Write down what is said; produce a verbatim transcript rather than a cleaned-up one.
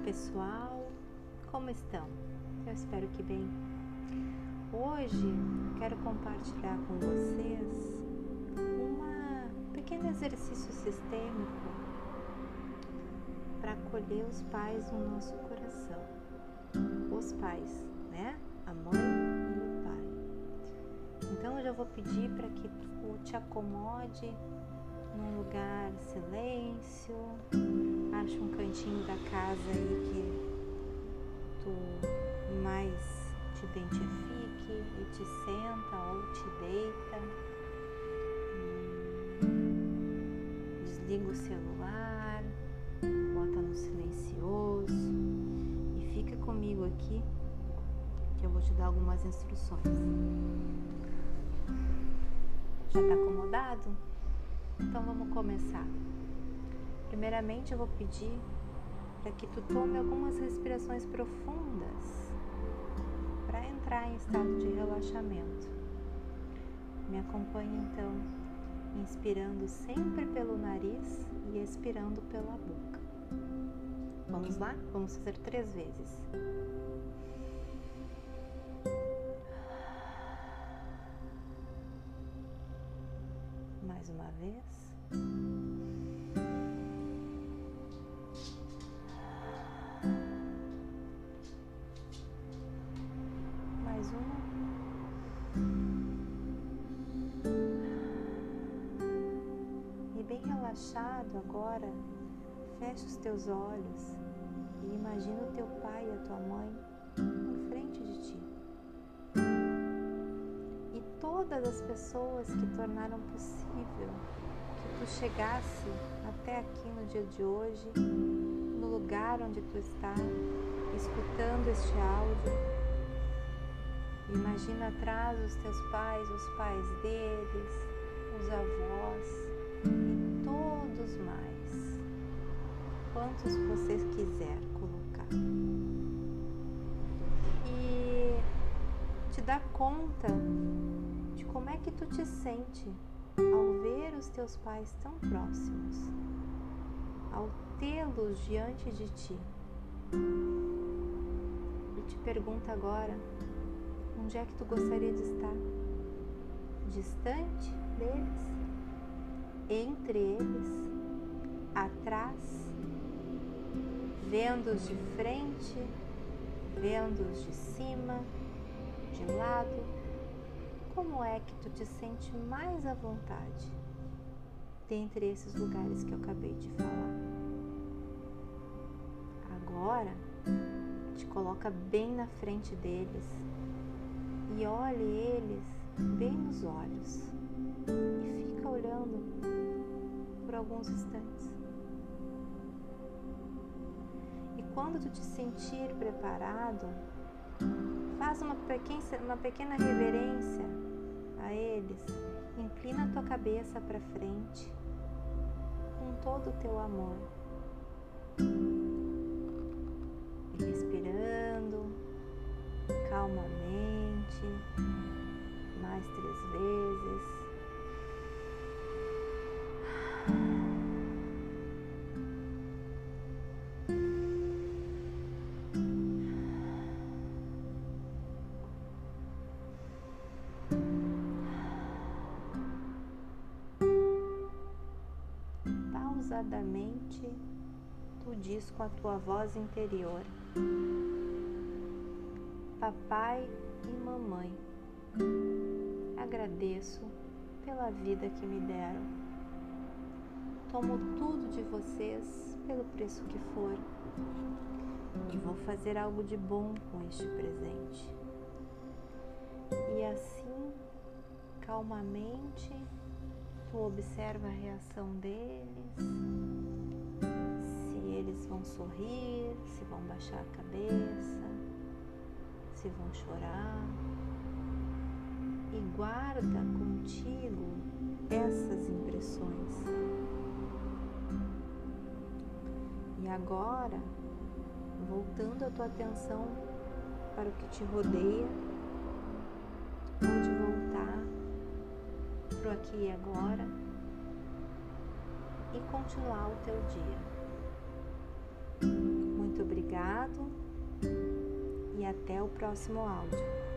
pessoal, como estão? Eu espero que bem. Hoje eu quero compartilhar com vocês um pequeno exercício sistêmico para acolher os pais no nosso coração. Os pais, né? A mãe e o pai. Então eu já vou pedir para que tu te acomode num lugar silêncio. Acha um cantinho da casa aí que tu mais te identifique e te senta ou te deita. E desliga o celular, bota no silencioso e fica comigo aqui que eu vou te dar algumas instruções. Já tá acomodado? Então vamos começar. Primeiramente eu vou pedir para que tu tome algumas respirações profundas para entrar em estado de relaxamento. Me acompanhe então, inspirando sempre pelo nariz e expirando pela boca. Vamos lá? Vamos fazer três vezes. Mais uma vez. Mais uma. E bem relaxado agora, fecha os teus olhos e imagina o teu pai e a tua mãe em frente de ti. E todas as pessoas que tornaram possível que tu chegasse até aqui no dia de hoje, no lugar onde tu está, escutando este áudio. Imagina atrás os teus pais, os pais deles, os avós e todos mais, quantos vocês quiser colocar. E te dá conta de como é que tu te sente ao ver os teus pais tão próximos, ao tê-los diante de ti. E te pergunta agora, onde é que tu gostaria de estar? Distante deles? Entre eles? Atrás? Vendo-os de frente? Vendo-os de cima? De lado? Como é que tu te sente mais à vontade dentre esses lugares que eu acabei de falar? Agora, te coloca bem na frente deles e olhe eles bem nos olhos e fica olhando por alguns instantes. E quando tu te sentir preparado, faz uma pequena, uma pequena reverência a eles, inclina a tua cabeça para frente com todo o teu amor. E respirando calmamente, mais três vezes. Pausadamente, tu diz com a tua voz interior: Papai e mamãe, agradeço pela vida que me deram. Tomo tudo de vocês pelo preço que for e vou fazer algo de bom com este presente. E assim, calmamente, tu observa a reação deles, se eles vão sorrir, se vão baixar a cabeça, se vão chorar, e guarda contigo essas impressões. E agora, voltando a tua atenção para o que te rodeia, pode voltar para o aqui e agora e continuar o teu dia. Muito Muito obrigado e até o próximo áudio.